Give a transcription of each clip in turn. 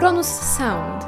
Neuronus Sound.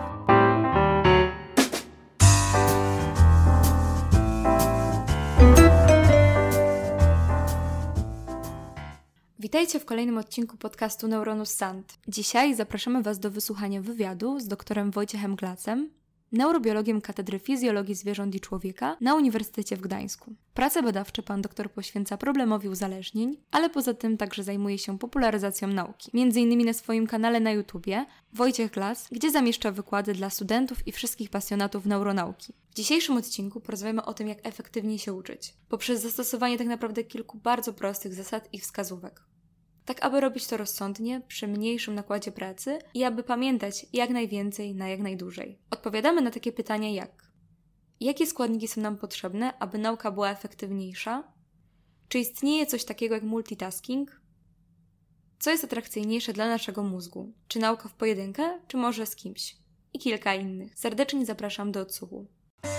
Witajcie w kolejnym odcinku podcastu Neuronus Sound. Dzisiaj zapraszamy Was do wysłuchania wywiadu z doktorem Wojciechem Glacem, neurobiologiem Katedry Fizjologii Zwierząt i Człowieka na Uniwersytecie w Gdańsku. Prace badawcze pan doktor poświęca problemowi uzależnień, ale poza tym także zajmuje się popularyzacją nauki. Między innymi na swoim kanale na YouTubie Wojciech Glac, gdzie zamieszcza wykłady dla studentów i wszystkich pasjonatów neuronauki. W dzisiejszym odcinku porozmawiamy o tym, jak efektywniej się uczyć, poprzez zastosowanie tak naprawdę kilku bardzo prostych zasad i wskazówek. Tak, aby robić to rozsądnie, przy mniejszym nakładzie pracy i aby pamiętać jak najwięcej na jak najdłużej. Odpowiadamy na takie pytania jak: jakie składniki są nam potrzebne, aby nauka była efektywniejsza? Czy istnieje coś takiego jak multitasking? Co jest atrakcyjniejsze dla naszego mózgu? Czy nauka w pojedynkę, czy może z kimś? I kilka innych. Serdecznie zapraszam do odsłuchu.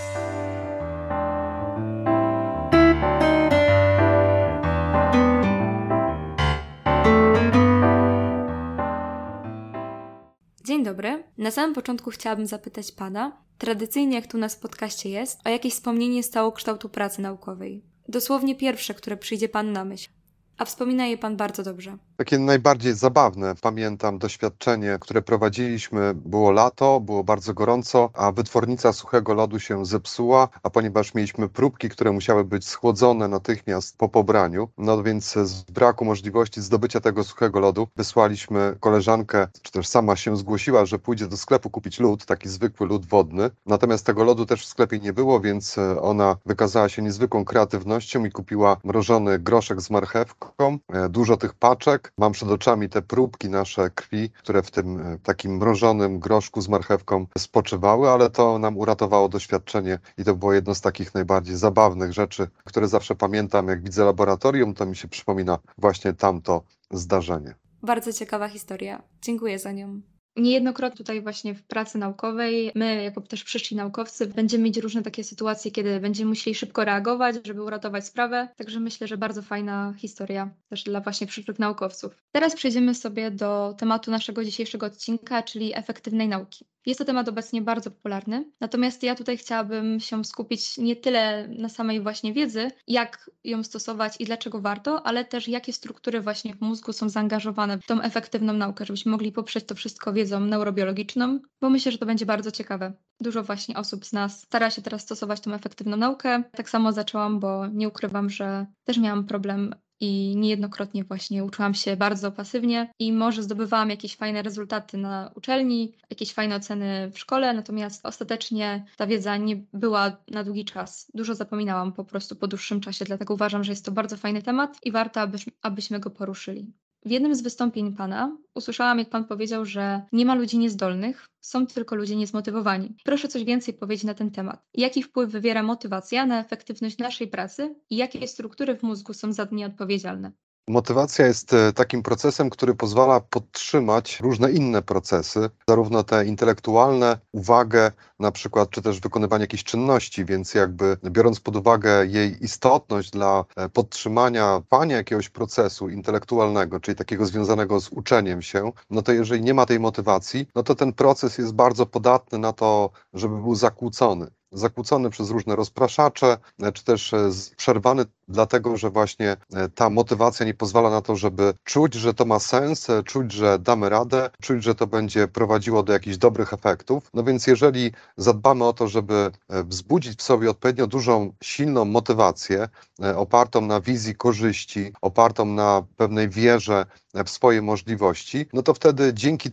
Dzień dobry. Na samym początku chciałabym zapytać Pana, tradycyjnie jak tu na podcaście jest, o jakieś wspomnienie stałokształtu pracy naukowej. Dosłownie pierwsze, które przyjdzie Panu na myśl. A wspomina je Pan bardzo dobrze. Takie najbardziej zabawne, pamiętam doświadczenie, które prowadziliśmy, było lato, było bardzo gorąco, a wytwornica suchego lodu się zepsuła, a ponieważ mieliśmy próbki, które musiały być schłodzone natychmiast po pobraniu, no więc z braku możliwości zdobycia tego suchego lodu wysłaliśmy koleżankę, czy też sama się zgłosiła, że pójdzie do sklepu kupić lód, taki zwykły lód wodny, natomiast tego lodu też w sklepie nie było, więc ona wykazała się niezwykłą kreatywnością i kupiła mrożony groszek z marchewką, dużo tych paczek. Mam przed oczami te próbki nasze krwi, które w tym takim mrożonym groszku z marchewką spoczywały, ale to nam uratowało doświadczenie i to było jedno z takich najbardziej zabawnych rzeczy, które zawsze pamiętam. Jak widzę laboratorium, to mi się przypomina właśnie tamto zdarzenie. Bardzo ciekawa historia. Dziękuję za nią. Niejednokrotnie tutaj właśnie w pracy naukowej, my jako też przyszli naukowcy będziemy mieć różne takie sytuacje, kiedy będziemy musieli szybko reagować, żeby uratować sprawę. Także myślę, że bardzo fajna historia też dla właśnie przyszłych naukowców. Teraz przejdziemy sobie do tematu naszego dzisiejszego odcinka, czyli efektywnej nauki. Jest to temat obecnie bardzo popularny, natomiast ja tutaj chciałabym się skupić nie tyle na samej właśnie wiedzy, jak ją stosować i dlaczego warto, ale też jakie struktury właśnie w mózgu są zaangażowane w tą efektywną naukę, żebyśmy mogli poprzeć to wszystko wiedzą neurobiologiczną, bo myślę, że to będzie bardzo ciekawe. Dużo właśnie osób z nas stara się teraz stosować tą efektywną naukę. Tak samo zaczęłam, bo nie ukrywam, że też miałam problem i niejednokrotnie właśnie uczyłam się bardzo pasywnie i może zdobywałam jakieś fajne rezultaty na uczelni, jakieś fajne oceny w szkole, natomiast ostatecznie ta wiedza nie była na długi czas. Dużo zapominałam po prostu po dłuższym czasie, dlatego uważam, że jest to bardzo fajny temat i warto, abyśmy go poruszyli. W jednym z wystąpień Pana usłyszałam, jak Pan powiedział, że nie ma ludzi niezdolnych, są tylko ludzie niezmotywowani. Proszę coś więcej powiedzieć na ten temat. Jaki wpływ wywiera motywacja na efektywność naszej pracy i jakie struktury w mózgu są za nie odpowiedzialne? Motywacja jest takim procesem, który pozwala podtrzymać różne inne procesy, zarówno te intelektualne, uwagę na przykład, czy też wykonywanie jakichś czynności, więc jakby biorąc pod uwagę jej istotność dla podtrzymania trwania jakiegoś procesu intelektualnego, czyli takiego związanego z uczeniem się, no to jeżeli nie ma tej motywacji, no to ten proces jest bardzo podatny na to, żeby był zakłócony przez różne rozpraszacze, czy też przerwany dlatego, że właśnie ta motywacja nie pozwala na to, żeby czuć, że to ma sens, czuć, że damy radę, czuć, że to będzie prowadziło do jakichś dobrych efektów. No więc jeżeli zadbamy o to, żeby wzbudzić w sobie odpowiednio dużą, silną motywację, opartą na wizji korzyści, opartą na pewnej wierze w swoje możliwości, no to wtedy dzięki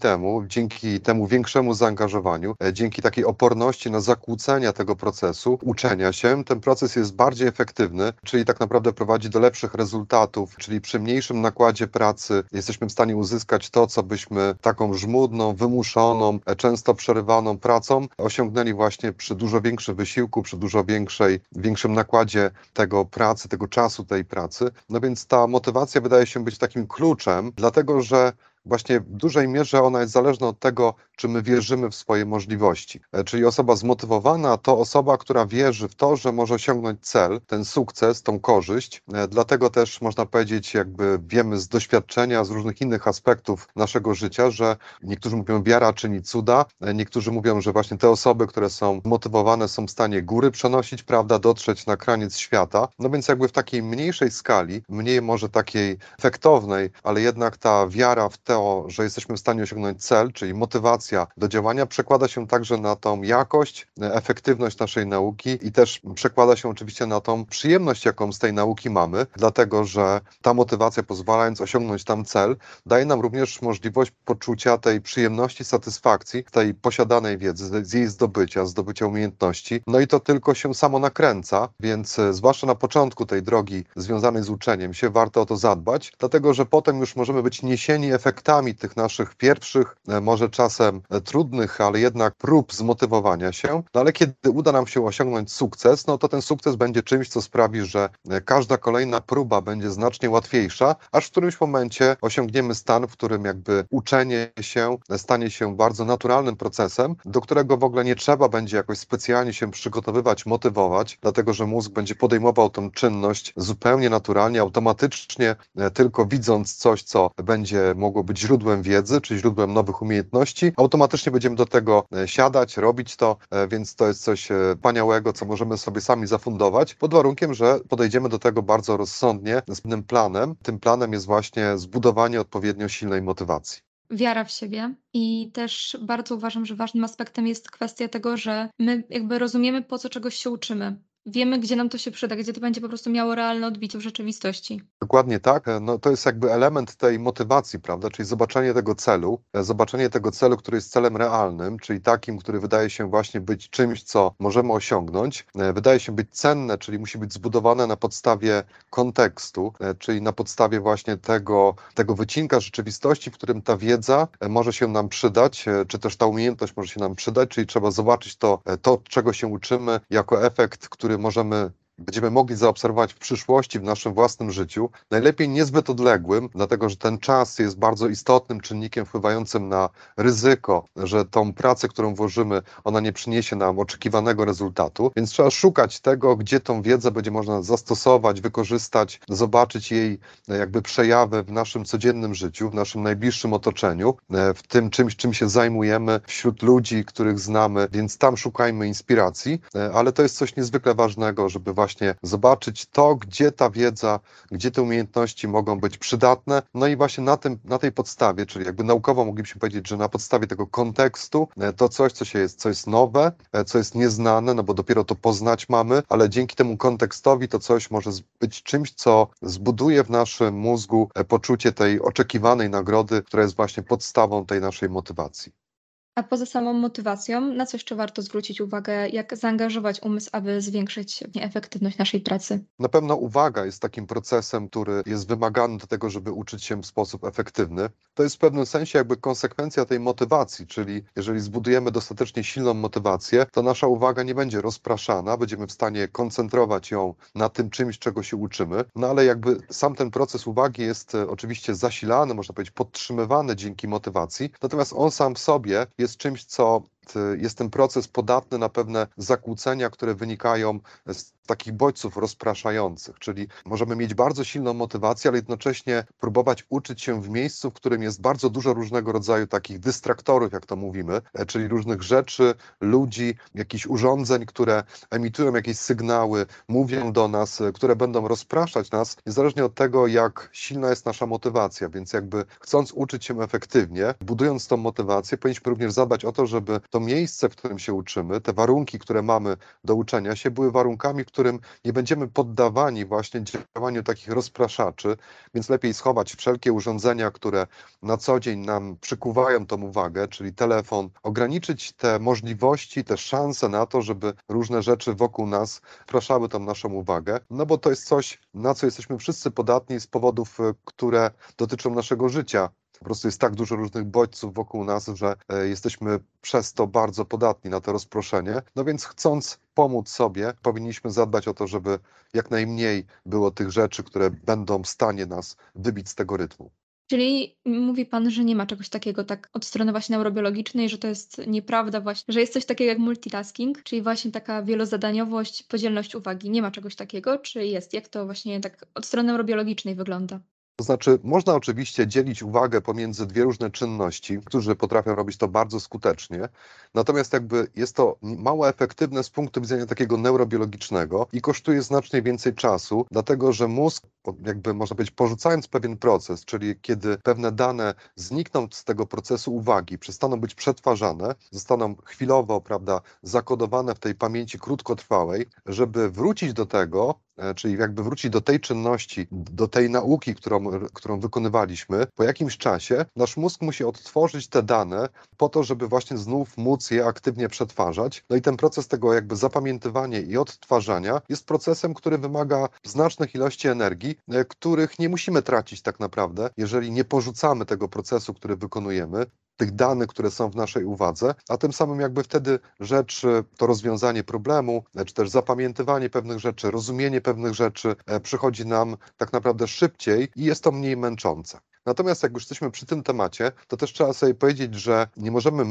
temu większemu zaangażowaniu, dzięki takiej oporności na zakłócenia tego procesu uczenia się, ten proces jest bardziej efektywny, czyli tak naprawdę prowadzi do lepszych rezultatów, czyli przy mniejszym nakładzie pracy jesteśmy w stanie uzyskać to, co byśmy taką żmudną, wymuszoną, często przerywaną pracą osiągnęli właśnie przy dużo większym wysiłku, przy dużo większym nakładzie tego czasu tej pracy. No więc ta motywacja wydaje się być takim kluczem, dlatego że właśnie w dużej mierze ona jest zależna od tego, czy my wierzymy w swoje możliwości. Czyli osoba zmotywowana to osoba, która wierzy w to, że może osiągnąć cel, ten sukces, tą korzyść. Dlatego też można powiedzieć, jakby wiemy z doświadczenia, z różnych innych aspektów naszego życia, że niektórzy mówią, wiara czyni cuda, niektórzy mówią, że właśnie te osoby, które są zmotywowane, są w stanie góry przenosić, prawda, dotrzeć na kraniec świata. No więc jakby w takiej mniejszej skali, mniej może takiej efektownej, ale jednak ta wiara w to, że jesteśmy w stanie osiągnąć cel, czyli motywacja do działania, przekłada się także na tą jakość, efektywność naszej nauki i też przekłada się oczywiście na tą przyjemność, jaką z tej nauki mamy, dlatego że ta motywacja, pozwalając osiągnąć tam cel, daje nam również możliwość poczucia tej przyjemności, satysfakcji, tej posiadanej wiedzy, z jej zdobycia umiejętności. No i to tylko się samo nakręca, więc zwłaszcza na początku tej drogi związanej z uczeniem się warto o to zadbać, dlatego że potem już możemy być niesieni efektami tych naszych pierwszych, może czasem trudnych, ale jednak prób zmotywowania się, no ale kiedy uda nam się osiągnąć sukces, no to ten sukces będzie czymś, co sprawi, że każda kolejna próba będzie znacznie łatwiejsza, aż w którymś momencie osiągniemy stan, w którym jakby uczenie się stanie się bardzo naturalnym procesem, do którego w ogóle nie trzeba będzie jakoś specjalnie się przygotowywać, motywować, dlatego że mózg będzie podejmował tę czynność zupełnie naturalnie, automatycznie, tylko widząc coś, co będzie mogło być źródłem wiedzy, czy źródłem nowych umiejętności, automatycznie będziemy do tego siadać, robić to, więc to jest coś wspaniałego, co możemy sobie sami zafundować, pod warunkiem, że podejdziemy do tego bardzo rozsądnie, z pewnym planem. Tym planem jest właśnie zbudowanie odpowiednio silnej motywacji. Wiara w siebie i też bardzo uważam, że ważnym aspektem jest kwestia tego, że my jakby rozumiemy, po co czegoś się uczymy. Wiemy, gdzie nam to się przyda, gdzie to będzie po prostu miało realne odbicie w rzeczywistości. Dokładnie tak. No, to jest jakby element tej motywacji, prawda? Czyli zobaczenie tego celu, który jest celem realnym, czyli takim, który wydaje się właśnie być czymś, co możemy osiągnąć, wydaje się być cenne, czyli musi być zbudowane na podstawie kontekstu, czyli na podstawie właśnie tego wycinka rzeczywistości, w którym ta wiedza może się nam przydać, czy też ta umiejętność może się nam przydać, czyli trzeba zobaczyć to czego się uczymy, jako efekt, który będziemy mogli zaobserwować w przyszłości, w naszym własnym życiu, najlepiej niezbyt odległym, dlatego że ten czas jest bardzo istotnym czynnikiem wpływającym na ryzyko, że tą pracę, którą włożymy, ona nie przyniesie nam oczekiwanego rezultatu, więc trzeba szukać tego, gdzie tą wiedzę będzie można zastosować, wykorzystać, zobaczyć jej jakby przejawy w naszym codziennym życiu, w naszym najbliższym otoczeniu, w tym czym się zajmujemy, wśród ludzi, których znamy, więc tam szukajmy inspiracji, ale to jest coś niezwykle ważnego, żeby właśnie zobaczyć to, gdzie ta wiedza, gdzie te umiejętności mogą być przydatne. No i właśnie na tej podstawie, czyli jakby naukowo moglibyśmy powiedzieć, że na podstawie tego kontekstu, to coś, co jest nowe, co jest nieznane, no bo dopiero to poznać mamy, ale dzięki temu kontekstowi to coś może być czymś, co zbuduje w naszym mózgu poczucie tej oczekiwanej nagrody, która jest właśnie podstawą tej naszej motywacji. A poza samą motywacją, na co jeszcze warto zwrócić uwagę, jak zaangażować umysł, aby zwiększyć efektywność naszej pracy? Na pewno uwaga jest takim procesem, który jest wymagany do tego, żeby uczyć się w sposób efektywny. To jest w pewnym sensie jakby konsekwencja tej motywacji, czyli jeżeli zbudujemy dostatecznie silną motywację, to nasza uwaga nie będzie rozpraszana, będziemy w stanie koncentrować ją na tym czymś, czego się uczymy, no ale jakby sam ten proces uwagi jest oczywiście zasilany, można powiedzieć podtrzymywany dzięki motywacji, natomiast on sam w sobie jest czymś, co jest ten proces podatny na pewne zakłócenia, które wynikają z takich bodźców rozpraszających, czyli możemy mieć bardzo silną motywację, ale jednocześnie próbować uczyć się w miejscu, w którym jest bardzo dużo różnego rodzaju takich dystraktorów, jak to mówimy, czyli różnych rzeczy, ludzi, jakichś urządzeń, które emitują jakieś sygnały, mówią do nas, które będą rozpraszać nas, niezależnie od tego, jak silna jest nasza motywacja, więc jakby chcąc uczyć się efektywnie, budując tą motywację, powinniśmy również zadbać o to, żeby to miejsce, w którym się uczymy, te warunki, które mamy do uczenia się, były warunkami, w którym nie będziemy poddawani właśnie działaniu takich rozpraszaczy, więc lepiej schować wszelkie urządzenia, które na co dzień nam przykuwają tą uwagę, czyli telefon, ograniczyć te możliwości, te szanse na to, żeby różne rzeczy wokół nas spraszały tą naszą uwagę, no bo to jest coś, na co jesteśmy wszyscy podatni z powodów, które dotyczą naszego życia. Po prostu jest tak dużo różnych bodźców wokół nas, że jesteśmy przez to bardzo podatni na to rozproszenie. No więc chcąc pomóc sobie, powinniśmy zadbać o to, żeby jak najmniej było tych rzeczy, które będą w stanie nas wybić z tego rytmu. Czyli mówi pan, że nie ma czegoś takiego tak od strony właśnie neurobiologicznej, że to jest nieprawda właśnie, że jest coś takiego jak multitasking, czyli właśnie taka wielozadaniowość, podzielność uwagi. Nie ma czegoś takiego, czy jest? Jak to właśnie tak od strony neurobiologicznej wygląda? To znaczy, można oczywiście dzielić uwagę pomiędzy dwie różne czynności, którzy potrafią robić to bardzo skutecznie, natomiast jakby jest to mało efektywne z punktu widzenia takiego neurobiologicznego i kosztuje znacznie więcej czasu, dlatego że mózg, jakby można powiedzieć, porzucając pewien proces, czyli kiedy pewne dane znikną z tego procesu uwagi, przestaną być przetwarzane, zostaną chwilowo, prawda, zakodowane w tej pamięci krótkotrwałej, żeby wrócić do tego, czyli jakby wrócić do tej czynności, do tej nauki, którą wykonywaliśmy, po jakimś czasie nasz mózg musi odtworzyć te dane po to, żeby właśnie znów móc je aktywnie przetwarzać. No i ten proces tego jakby zapamiętywania i odtwarzania jest procesem, który wymaga znacznych ilości energii, których nie musimy tracić tak naprawdę, jeżeli nie porzucamy tego procesu, który wykonujemy, tych danych, które są w naszej uwadze, a tym samym jakby wtedy to rozwiązanie problemu, czy też zapamiętywanie pewnych rzeczy, rozumienie pewnych rzeczy przychodzi nam tak naprawdę szybciej i jest to mniej męczące. Natomiast jak już jesteśmy przy tym temacie, to też trzeba sobie powiedzieć, że nie możemy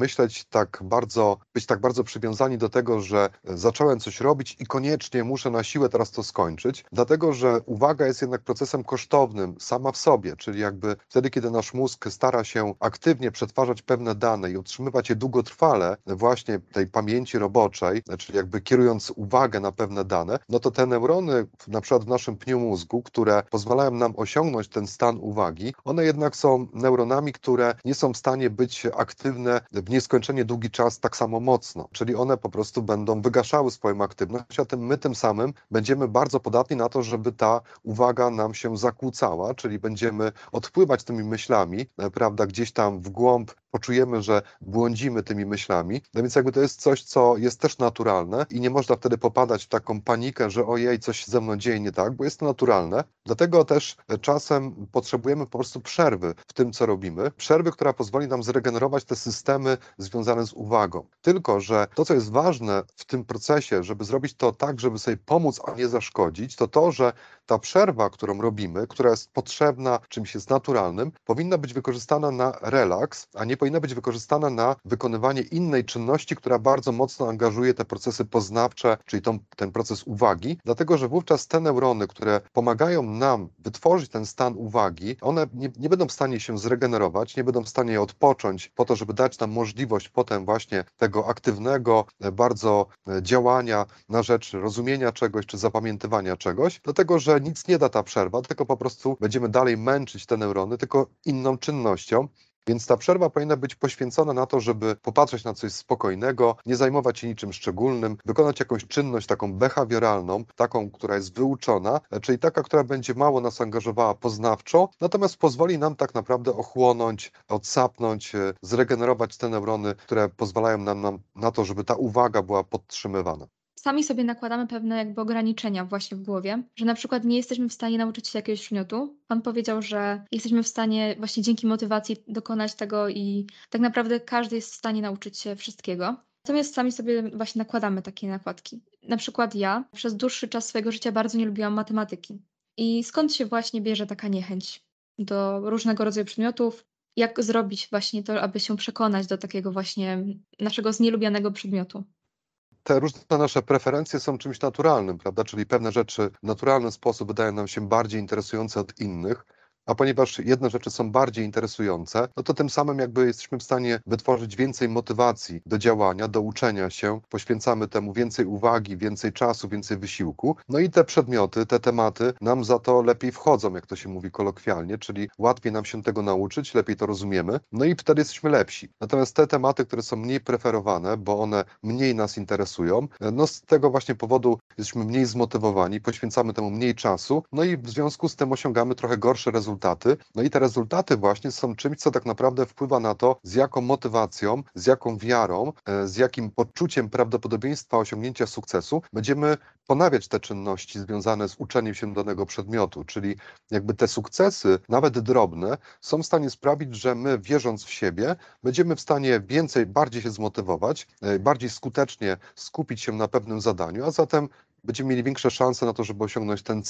być tak bardzo przywiązani do tego, że zacząłem coś robić i koniecznie muszę na siłę teraz to skończyć, dlatego że uwaga jest jednak procesem kosztownym sama w sobie, czyli jakby wtedy, kiedy nasz mózg stara się aktywnie przetwarzać pewne dane i utrzymywać je długotrwale właśnie tej pamięci roboczej, czyli jakby kierując uwagę na pewne dane, no to te neurony na przykład w naszym pniu mózgu, które pozwalają nam osiągnąć ten stan uwagi, one jednak są neuronami, które nie są w stanie być aktywne w nieskończenie długi czas tak samo mocno, czyli one po prostu będą wygaszały swoją aktywność, a my tym samym będziemy bardzo podatni na to, żeby ta uwaga nam się zakłócała, czyli będziemy odpływać tymi myślami, prawda, gdzieś tam w głąb poczujemy, że błądzimy tymi myślami, no więc jakby to jest coś, co jest też naturalne i nie można wtedy popadać w taką panikę, że ojej, coś się ze mną dzieje nie tak, bo jest to naturalne. Dlatego też czasem potrzebujemy po prostu przerwy w tym, co robimy. Przerwy, która pozwoli nam zregenerować te systemy związane z uwagą. Tylko że to, co jest ważne w tym procesie, żeby zrobić to tak, żeby sobie pomóc, a nie zaszkodzić, to to, że ta przerwa, którą robimy, która jest potrzebna, czymś jest naturalnym, powinna być wykorzystana na relaks, a nie powinna być wykorzystana na wykonywanie innej czynności, która bardzo mocno angażuje te procesy poznawcze, czyli ten proces uwagi, dlatego że wówczas te neurony, które pomagają nam wytworzyć ten stan uwagi, one nie będą w stanie się zregenerować, nie będą w stanie odpocząć po to, żeby dać nam możliwość potem właśnie tego aktywnego bardzo działania na rzecz rozumienia czegoś, czy zapamiętywania czegoś, dlatego że nic nie da ta przerwa, tylko po prostu będziemy dalej męczyć te neurony, tylko inną czynnością. Więc ta przerwa powinna być poświęcona na to, żeby popatrzeć na coś spokojnego, nie zajmować się niczym szczególnym, wykonać jakąś czynność taką behawioralną, taką, która jest wyuczona, czyli taka, która będzie mało nas angażowała poznawczo, natomiast pozwoli nam tak naprawdę ochłonąć, odsapnąć, zregenerować te neurony, które pozwalają nam na to, żeby ta uwaga była podtrzymywana. Sami sobie nakładamy pewne jakby ograniczenia właśnie w głowie, że na przykład nie jesteśmy w stanie nauczyć się jakiegoś przedmiotu. Pan powiedział, że jesteśmy w stanie właśnie dzięki motywacji dokonać tego i tak naprawdę każdy jest w stanie nauczyć się wszystkiego. Natomiast sami sobie właśnie nakładamy takie nakładki. Na przykład ja przez dłuższy czas swojego życia bardzo nie lubiłam matematyki. I skąd się właśnie bierze taka niechęć do różnego rodzaju przedmiotów? Jak zrobić właśnie to, aby się przekonać do takiego właśnie naszego znielubianego przedmiotu? Te różne nasze preferencje są czymś naturalnym, prawda? Czyli pewne rzeczy w naturalny sposób wydają nam się bardziej interesujące od innych, a ponieważ jedne rzeczy są bardziej interesujące, no to tym samym jakby jesteśmy w stanie wytworzyć więcej motywacji do działania, do uczenia się, poświęcamy temu więcej uwagi, więcej czasu, więcej wysiłku. No i te przedmioty, te tematy nam za to lepiej wchodzą, jak to się mówi kolokwialnie, czyli łatwiej nam się tego nauczyć, lepiej to rozumiemy, no i wtedy jesteśmy lepsi. Natomiast te tematy, które są mniej preferowane, bo one mniej nas interesują, no z tego właśnie powodu jesteśmy mniej zmotywowani, poświęcamy temu mniej czasu, no i w związku z tym osiągamy trochę gorsze rezultaty. No i te rezultaty właśnie są czymś, co tak naprawdę wpływa na to, z jaką motywacją, z jaką wiarą, z jakim poczuciem prawdopodobieństwa osiągnięcia sukcesu będziemy ponawiać te czynności związane z uczeniem się danego przedmiotu. Czyli jakby te sukcesy, nawet drobne, są w stanie sprawić, że my, wierząc w siebie, będziemy w stanie bardziej się zmotywować, bardziej skutecznie skupić się na pewnym zadaniu, a zatem będziemy mieli większe szanse na to, żeby osiągnąć ten cel.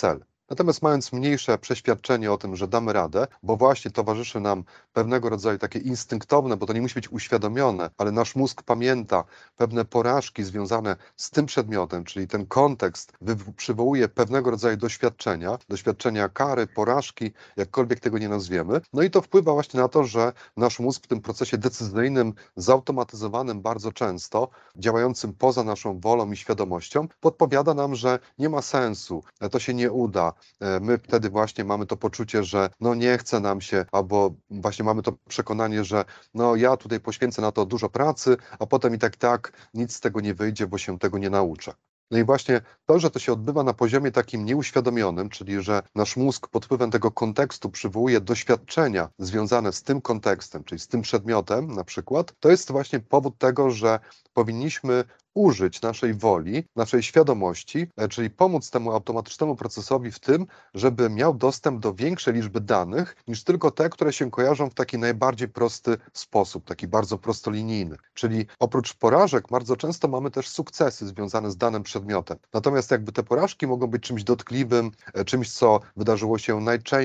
Natomiast mając mniejsze przeświadczenie o tym, że damy radę, bo właśnie towarzyszy nam pewnego rodzaju takie instynktowne, bo to nie musi być uświadomione, ale nasz mózg pamięta pewne porażki związane z tym przedmiotem, czyli ten kontekst przywołuje pewnego rodzaju doświadczenia kary, porażki, jakkolwiek tego nie nazwiemy. No i to wpływa właśnie na to, że nasz mózg w tym procesie decyzyjnym, zautomatyzowanym bardzo często, działającym poza naszą wolą i świadomością, podpowiada nam, że nie ma sensu, to się nie uda. My wtedy właśnie mamy to poczucie, że no nie chce nam się, albo właśnie mamy to przekonanie, że no ja tutaj poświęcę na to dużo pracy, a potem i tak nic z tego nie wyjdzie, bo się tego nie nauczę. No i właśnie to, że to się odbywa na poziomie takim nieuświadomionym, czyli że nasz mózg pod wpływem tego kontekstu przywołuje doświadczenia związane z tym kontekstem, czyli z tym przedmiotem na przykład, to jest właśnie powód tego, że powinniśmy użyć naszej woli, naszej świadomości, czyli pomóc temu automatycznemu procesowi w tym, żeby miał dostęp do większej liczby danych niż tylko te, które się kojarzą w taki najbardziej prosty sposób, taki bardzo prostolinijny. Czyli oprócz porażek bardzo często mamy też sukcesy związane z danym przedmiotem. Natomiast jakby te porażki mogą być czymś dotkliwym, czymś, co wydarzyło się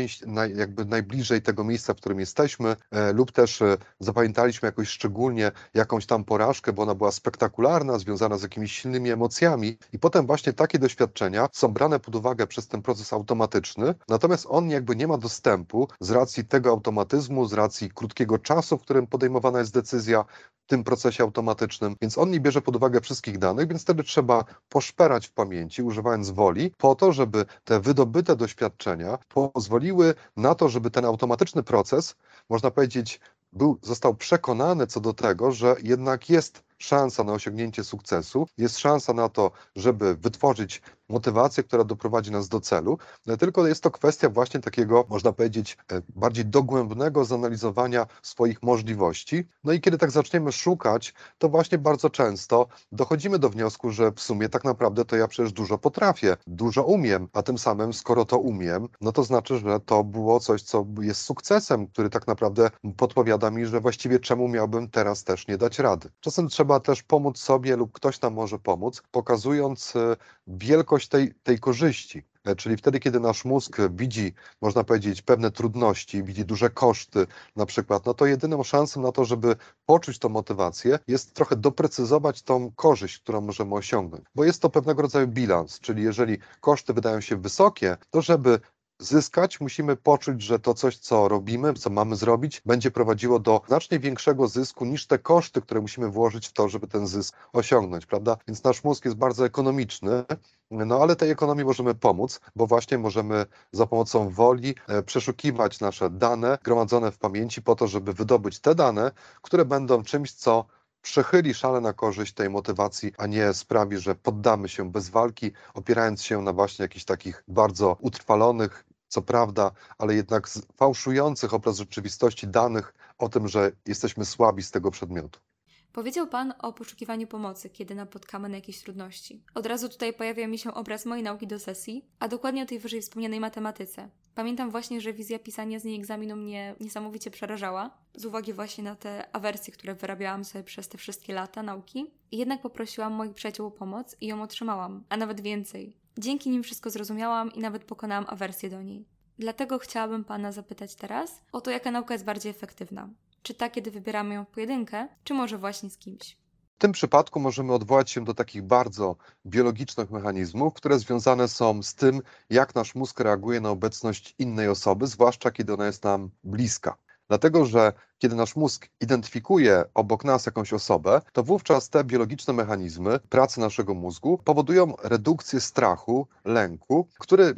jakby najbliżej tego miejsca, w którym jesteśmy, lub też zapamiętaliśmy jakoś szczególnie jakąś tam porażkę, bo ona była spektakularna, związana z jakimiś silnymi emocjami i potem właśnie takie doświadczenia są brane pod uwagę przez ten proces automatyczny, natomiast on jakby nie ma dostępu z racji tego automatyzmu, z racji krótkiego czasu, w którym podejmowana jest decyzja w tym procesie automatycznym, więc on nie bierze pod uwagę wszystkich danych, więc wtedy trzeba poszperać w pamięci, używając woli, po to, żeby te wydobyte doświadczenia pozwoliły na to, żeby ten automatyczny proces, można powiedzieć, został przekonany co do tego, że jednak jest szansa na osiągnięcie sukcesu, jest szansa na to, żeby wytworzyć motywację, która doprowadzi nas do celu, tylko jest to kwestia właśnie takiego, można powiedzieć, bardziej dogłębnego zanalizowania swoich możliwości. No i kiedy tak zaczniemy szukać, to właśnie bardzo często dochodzimy do wniosku, że w sumie tak naprawdę to ja przecież dużo potrafię, dużo umiem, a tym samym skoro to umiem, no to znaczy, że to było coś, co jest sukcesem, który tak naprawdę podpowiada mi, że właściwie czemu miałbym teraz też nie dać rady. Czasem trzeba też pomóc sobie lub ktoś nam może pomóc, pokazując wielkość tej korzyści. Czyli wtedy, kiedy nasz mózg widzi, można powiedzieć, pewne trudności, widzi duże koszty na przykład, no to jedyną szansą na to, żeby poczuć tą motywację, jest trochę doprecyzować tą korzyść, którą możemy osiągnąć. Bo jest to pewnego rodzaju bilans, czyli jeżeli koszty wydają się wysokie, to żeby zyskać, musimy poczuć, że to coś, co robimy, co mamy zrobić, będzie prowadziło do znacznie większego zysku niż te koszty, które musimy włożyć w to, żeby ten zysk osiągnąć, prawda? Więc nasz mózg jest bardzo ekonomiczny, no ale tej ekonomii możemy pomóc, bo właśnie możemy za pomocą woli przeszukiwać nasze dane gromadzone w pamięci po to, żeby wydobyć te dane, które będą czymś, co przechyli szale na korzyść tej motywacji, a nie sprawi, że poddamy się bez walki, opierając się na właśnie jakichś takich bardzo utrwalonych, co prawda, ale jednak fałszujących obraz rzeczywistości danych o tym, że jesteśmy słabi z tego przedmiotu. Powiedział Pan o poszukiwaniu pomocy, kiedy napotkamy na jakieś trudności. Od razu tutaj pojawia mi się obraz mojej nauki do sesji, a dokładnie o tej wyżej wspomnianej matematyce. Pamiętam właśnie, że wizja pisania z niej egzaminu mnie niesamowicie przerażała, z uwagi właśnie na te awersje, które wyrabiałam sobie przez te wszystkie lata nauki. I jednak poprosiłam moich przyjaciół o pomoc i ją otrzymałam, a nawet więcej. Dzięki nim wszystko zrozumiałam i nawet pokonałam awersję do niej. Dlatego chciałabym Pana zapytać teraz o to, jaka nauka jest bardziej efektywna. Czy ta, kiedy wybieramy ją w pojedynkę, czy może właśnie z kimś? W tym przypadku możemy odwołać się do takich bardzo biologicznych mechanizmów, które związane są z tym, jak nasz mózg reaguje na obecność innej osoby, zwłaszcza kiedy ona jest nam bliska. Dlatego, że kiedy nasz mózg identyfikuje obok nas jakąś osobę, to wówczas te biologiczne mechanizmy pracy naszego mózgu powodują redukcję strachu, lęku,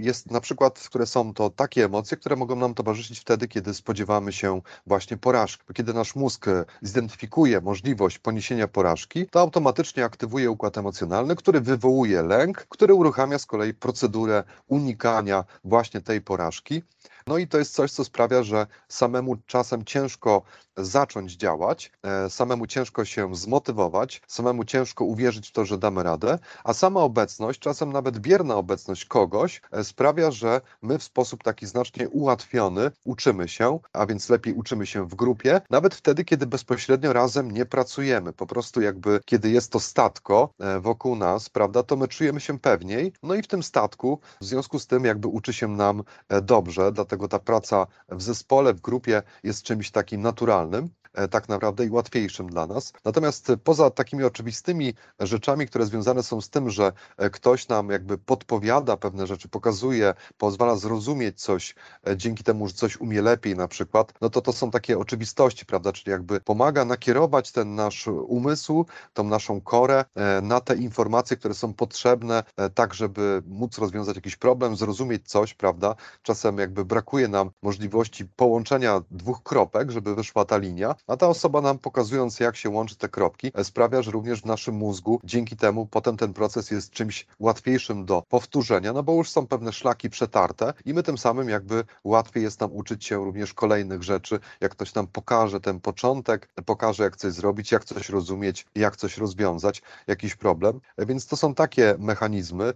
które są to takie emocje, które mogą nam towarzyszyć wtedy, kiedy spodziewamy się właśnie porażki. Kiedy nasz mózg zidentyfikuje możliwość poniesienia porażki, to automatycznie aktywuje układ emocjonalny, który wywołuje lęk, który uruchamia z kolei procedurę unikania właśnie tej porażki. No i to jest coś, co sprawia, że samemu czasem ciężko zacząć działać, samemu ciężko się zmotywować, samemu ciężko uwierzyć w to, że damy radę, a sama obecność, czasem nawet bierna obecność kogoś sprawia, że my w sposób taki znacznie ułatwiony uczymy się, a więc lepiej uczymy się w grupie, nawet wtedy, kiedy bezpośrednio razem nie pracujemy. Po prostu jakby, kiedy jest to statko wokół nas, prawda, to my czujemy się pewniej, no i w tym statku, w związku z tym jakby uczy się nam dobrze, dlatego ta praca w zespole, w grupie jest czymś takim naturalnym, tak naprawdę i łatwiejszym dla nas. Natomiast poza takimi oczywistymi rzeczami, które związane są z tym, że ktoś nam jakby podpowiada pewne rzeczy, pokazuje, pozwala zrozumieć coś, dzięki temu, że coś umie lepiej na przykład, no to są takie oczywistości, prawda, czyli jakby pomaga nakierować ten nasz umysł, tą naszą korę na te informacje, które są potrzebne, tak żeby móc rozwiązać jakiś problem, zrozumieć coś, prawda. Czasem jakby brakuje nam możliwości połączenia dwóch kropek, żeby wyszła ta linia, a ta osoba nam pokazując, jak się łączy te kropki, sprawia, że również w naszym mózgu dzięki temu potem ten proces jest czymś łatwiejszym do powtórzenia, no bo już są pewne szlaki przetarte i my tym samym jakby łatwiej jest nam uczyć się również kolejnych rzeczy, jak ktoś nam pokaże ten początek, pokaże, jak coś zrobić, jak coś rozumieć, jak coś rozwiązać, jakiś problem. Więc to są takie mechanizmy,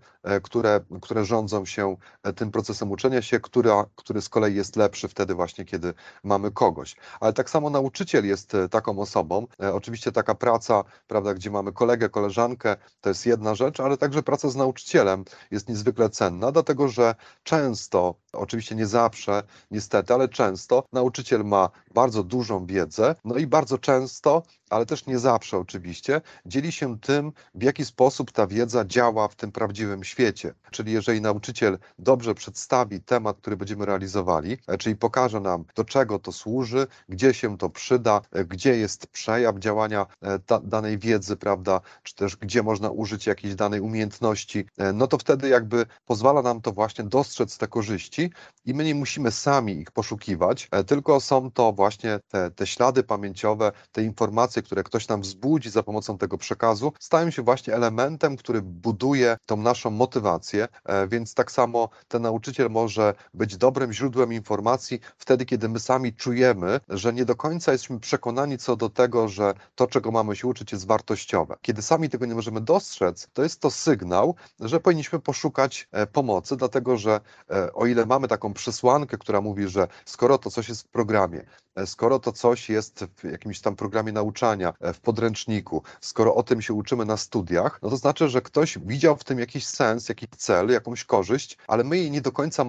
które rządzą się tym procesem uczenia się, który z kolei jest lepszy wtedy właśnie, kiedy mamy kogoś. Ale tak samo nauczyciel jest taką osobą. Oczywiście taka praca, prawda, gdzie mamy kolegę, koleżankę, to jest jedna rzecz, ale także praca z nauczycielem jest niezwykle cenna, dlatego że często, oczywiście nie zawsze, niestety, ale często nauczyciel ma bardzo dużą wiedzę, no i bardzo często, ale też nie zawsze oczywiście, dzieli się tym, w jaki sposób ta wiedza działa w tym prawdziwym świecie. Czyli jeżeli nauczyciel dobrze przedstawi temat, który będziemy realizowali, czyli pokaże nam, do czego to służy, gdzie się to przyda, gdzie jest przejaw działania danej wiedzy, prawda, czy też gdzie można użyć jakiejś danej umiejętności, no to wtedy jakby pozwala nam to właśnie dostrzec te korzyści i my nie musimy sami ich poszukiwać, tylko są to właśnie te ślady pamięciowe, te informacje, które ktoś nam wzbudzi za pomocą tego przekazu, stają się właśnie elementem, który buduje tą naszą motywację, więc tak samo ten nauczyciel może być dobrym źródłem informacji wtedy, kiedy my sami czujemy, że nie do końca jesteśmy przekonani co do tego, że to, czego mamy się uczyć, jest wartościowe. Kiedy sami tego nie możemy dostrzec, to jest to sygnał, że powinniśmy poszukać pomocy, dlatego że o ile mamy taką przesłankę, która mówi, że skoro to coś jest w programie, skoro to coś jest w jakimś tam programie nauczania, w podręczniku, skoro o tym się uczymy na studiach, no to znaczy, że ktoś widział w tym jakiś sens, jakiś cel, jakąś korzyść, ale my jej nie do końca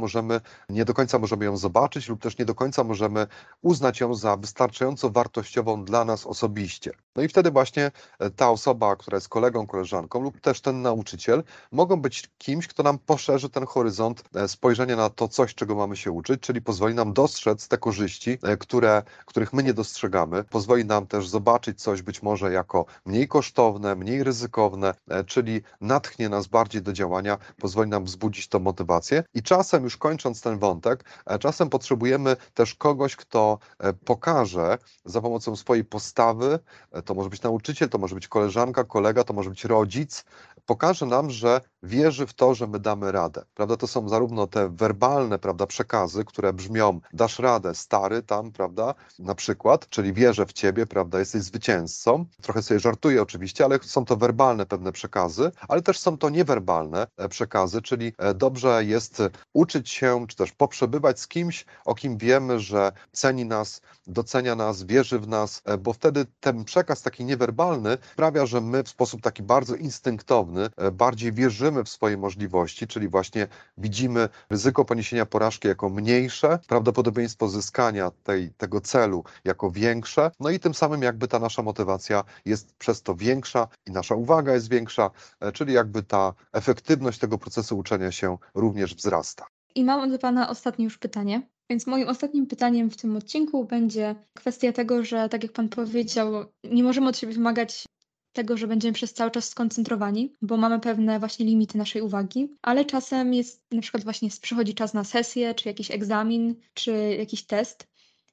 możemy ją zobaczyć lub też nie do końca możemy uznać ją za wystarczająco wartościową dla nas osobiście. No i wtedy właśnie ta osoba, która jest kolegą, koleżanką lub też ten nauczyciel mogą być kimś, kto nam poszerzy ten horyzont spojrzenia na to coś, czego mamy się uczyć, czyli pozwoli nam dostrzec te korzyści, których my nie dostrzegamy, pozwoli nam też zobaczyć coś być może jako mniej kosztowne, mniej ryzykowne, czyli natchnie nas bardziej do działania, pozwoli nam wzbudzić tą motywację i czasem, już kończąc ten wątek, czasem potrzebujemy też kogoś, kto pokaże za pomocą swojej postawy, to może być nauczyciel, to może być koleżanka, kolega, to może być rodzic, pokaże nam, że wierzy w to, że my damy radę. Prawda? To są zarówno te werbalne, prawda, przekazy, które brzmią: dasz radę, stary, tam, prawda, na przykład, czyli wierzę w ciebie, prawda, jesteś zwycięzcą. Trochę sobie żartuję oczywiście, ale są to werbalne pewne przekazy, ale też są to niewerbalne przekazy, czyli dobrze jest uczyć się, czy też poprzebywać z kimś, o kim wiemy, że ceni nas, docenia nas, wierzy w nas, bo wtedy ten przekaz taki niewerbalny sprawia, że my w sposób taki bardzo instynktowny bardziej wierzymy w swoje możliwości, czyli właśnie widzimy ryzyko poniesienia porażki jako mniejsze, prawdopodobieństwo zyskania tego celu jako większe, no i tym samym jakby ta nasza motywacja jest przez to większa i nasza uwaga jest większa, czyli jakby ta efektywność tego procesu uczenia się również wzrasta. I mam do Pana ostatnie już pytanie. Więc moim ostatnim pytaniem w tym odcinku będzie kwestia tego, że tak jak Pan powiedział, nie możemy od siebie wymagać tego, że będziemy przez cały czas skoncentrowani, bo mamy pewne właśnie limity naszej uwagi, ale czasem jest na przykład właśnie przychodzi czas na sesję, czy jakiś egzamin, czy jakiś test.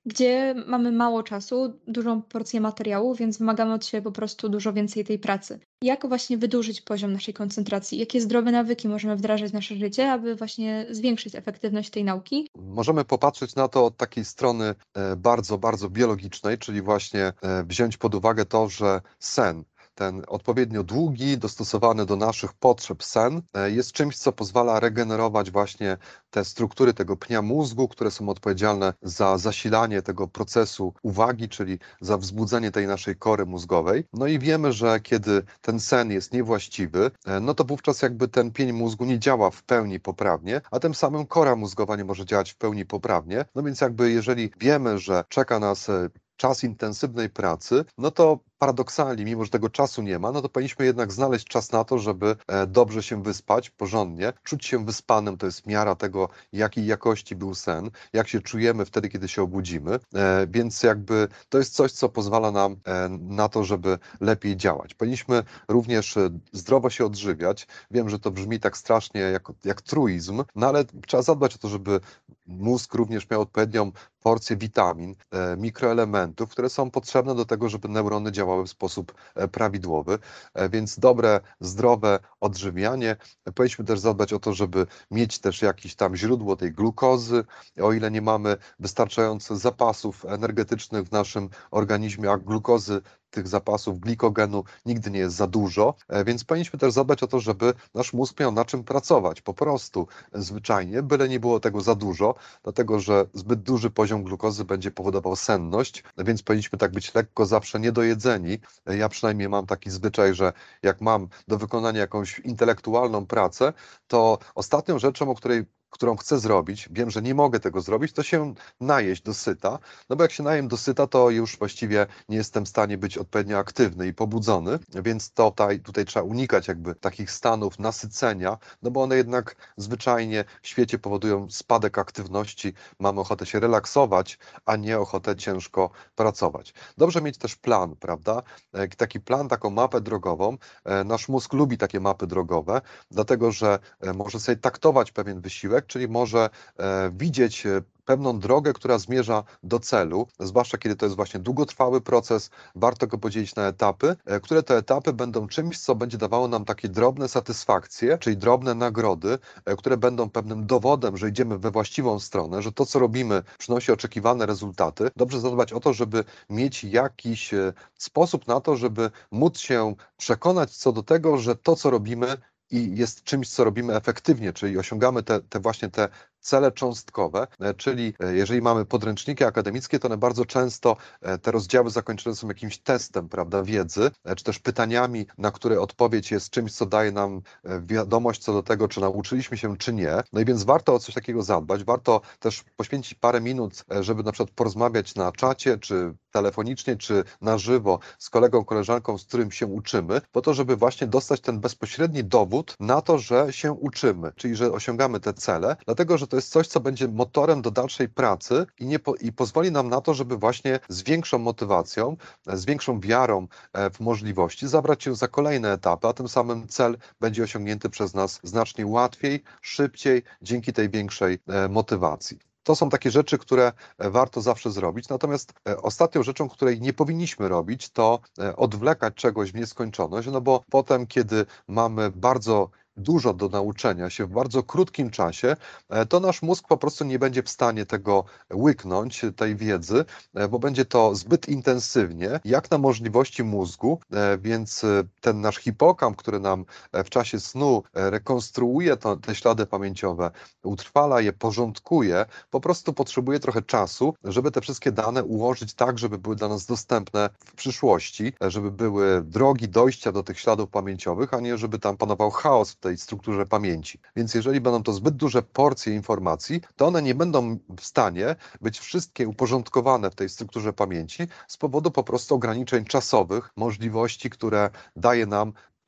gdzie mamy mało czasu, dużą porcję materiału, więc wymagamy od siebie po prostu dużo więcej tej pracy. Jak właśnie wydłużyć poziom naszej koncentracji? Jakie zdrowe nawyki możemy wdrażać w nasze życie, aby właśnie zwiększyć efektywność tej nauki? Możemy popatrzeć na to od takiej strony bardzo, bardzo biologicznej, czyli właśnie wziąć pod uwagę to, że sen, ten odpowiednio długi, dostosowany do naszych potrzeb sen jest czymś, co pozwala regenerować właśnie te struktury tego pnia mózgu, które są odpowiedzialne za zasilanie tego procesu uwagi, czyli za wzbudzenie tej naszej kory mózgowej. No i wiemy, że kiedy ten sen jest niewłaściwy, no to wówczas jakby ten pień mózgu nie działa w pełni poprawnie, a tym samym kora mózgowa nie może działać w pełni poprawnie. No więc jakby jeżeli wiemy, że czeka nas czas intensywnej pracy, no to paradoksalnie, mimo że tego czasu nie ma, no to powinniśmy jednak znaleźć czas na to, żeby dobrze się wyspać, porządnie, czuć się wyspanym, to jest miara tego, jakiej jakości był sen, jak się czujemy wtedy, kiedy się obudzimy, więc jakby to jest coś, co pozwala nam na to, żeby lepiej działać. Powinniśmy również zdrowo się odżywiać. Wiem, że to brzmi tak strasznie jak truizm, no ale trzeba zadbać o to, żeby mózg również miał odpowiednią porcję witamin, mikroelementów, które są potrzebne do tego, żeby neurony działały w sposób prawidłowy, więc dobre, zdrowe odżywianie. Powinniśmy też zadbać o to, żeby mieć też jakieś tam źródło tej glukozy, o ile nie mamy wystarczających zapasów energetycznych w naszym organizmie, a glukozy, tych zapasów glikogenu nigdy nie jest za dużo, więc powinniśmy też zadbać o to, żeby nasz mózg miał na czym pracować, po prostu zwyczajnie, byle nie było tego za dużo, dlatego że zbyt duży poziom glukozy będzie powodował senność, więc powinniśmy tak być lekko zawsze niedojedzeni. Ja przynajmniej mam taki zwyczaj, że jak mam do wykonania jakąś intelektualną pracę, to ostatnią rzeczą, którą chcę zrobić, wiem, że nie mogę tego zrobić, to się najeść do syta, no bo jak się najem do syta, to już właściwie nie jestem w stanie być odpowiednio aktywny i pobudzony, więc tutaj trzeba unikać jakby takich stanów nasycenia, no bo one jednak zwyczajnie w świecie powodują spadek aktywności, mamy ochotę się relaksować, a nie ochotę ciężko pracować. Dobrze mieć też plan, prawda? Taki plan, taką mapę drogową. Nasz mózg lubi takie mapy drogowe, dlatego że może sobie taktować pewien wysiłek, czyli może widzieć pewną drogę, która zmierza do celu, zwłaszcza kiedy to jest właśnie długotrwały proces, warto go podzielić na etapy, które te etapy będą czymś, co będzie dawało nam takie drobne satysfakcje, czyli drobne nagrody, które będą pewnym dowodem, że idziemy we właściwą stronę, że to, co robimy, przynosi oczekiwane rezultaty. Dobrze zadbać o to, żeby mieć jakiś sposób na to, żeby móc się przekonać co do tego, że to, co robimy, i jest czymś, co robimy efektywnie, czyli osiągamy te cele cząstkowe, czyli jeżeli mamy podręczniki akademickie, to one bardzo często te rozdziały zakończone są jakimś testem, prawda, wiedzy, czy też pytaniami, na które odpowiedź jest czymś, co daje nam wiadomość co do tego, czy nauczyliśmy się, czy nie. No i więc warto o coś takiego zadbać, warto też poświęcić parę minut, żeby na przykład porozmawiać na czacie, czy telefonicznie, czy na żywo z kolegą, koleżanką, z którym się uczymy, po to, żeby właśnie dostać ten bezpośredni dowód na to, że się uczymy, czyli że osiągamy te cele, dlatego, że to jest coś, co będzie motorem do dalszej pracy i pozwoli nam na to, żeby właśnie z większą motywacją, z większą wiarą w możliwości zabrać się za kolejne etapy, a tym samym cel będzie osiągnięty przez nas znacznie łatwiej, szybciej, dzięki tej większej motywacji. To są takie rzeczy, które warto zawsze zrobić. Natomiast ostatnią rzeczą, której nie powinniśmy robić, to odwlekać czegoś w nieskończoność, no bo potem, kiedy mamy bardzo dużo do nauczenia się w bardzo krótkim czasie, to nasz mózg po prostu nie będzie w stanie tego łyknąć, tej wiedzy, bo będzie to zbyt intensywnie, jak na możliwości mózgu, więc ten nasz hipokamp, który nam w czasie snu rekonstruuje te ślady pamięciowe, utrwala je, porządkuje, po prostu potrzebuje trochę czasu, żeby te wszystkie dane ułożyć tak, żeby były dla nas dostępne w przyszłości, żeby były drogi dojścia do tych śladów pamięciowych, a nie żeby tam panował chaos w tej strukturze pamięci. Więc jeżeli będą to zbyt duże porcje informacji, to one nie będą w stanie być wszystkie uporządkowane w tej strukturze pamięci z powodu po prostu ograniczeń czasowych, możliwości, które daje nam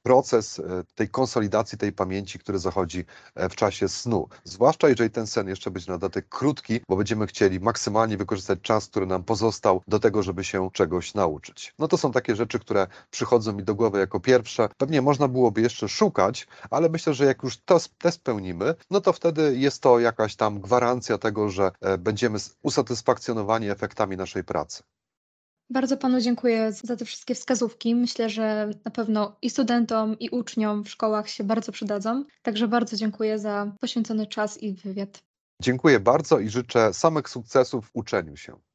proces tej konsolidacji tej pamięci, który zachodzi w czasie snu. Zwłaszcza jeżeli ten sen jeszcze będzie na dodatek krótki, bo będziemy chcieli maksymalnie wykorzystać czas, który nam pozostał do tego, żeby się czegoś nauczyć. No to są takie rzeczy, które przychodzą mi do głowy jako pierwsze. Pewnie można byłoby jeszcze szukać, ale myślę, że jak już te spełnimy, no to wtedy jest to jakaś tam gwarancja tego, że będziemy usatysfakcjonowani efektami naszej pracy. Bardzo Panu dziękuję za te wszystkie wskazówki. Myślę, że na pewno i studentom, i uczniom w szkołach się bardzo przydadzą. Także bardzo dziękuję za poświęcony czas i wywiad. Dziękuję bardzo i życzę samych sukcesów w uczeniu się.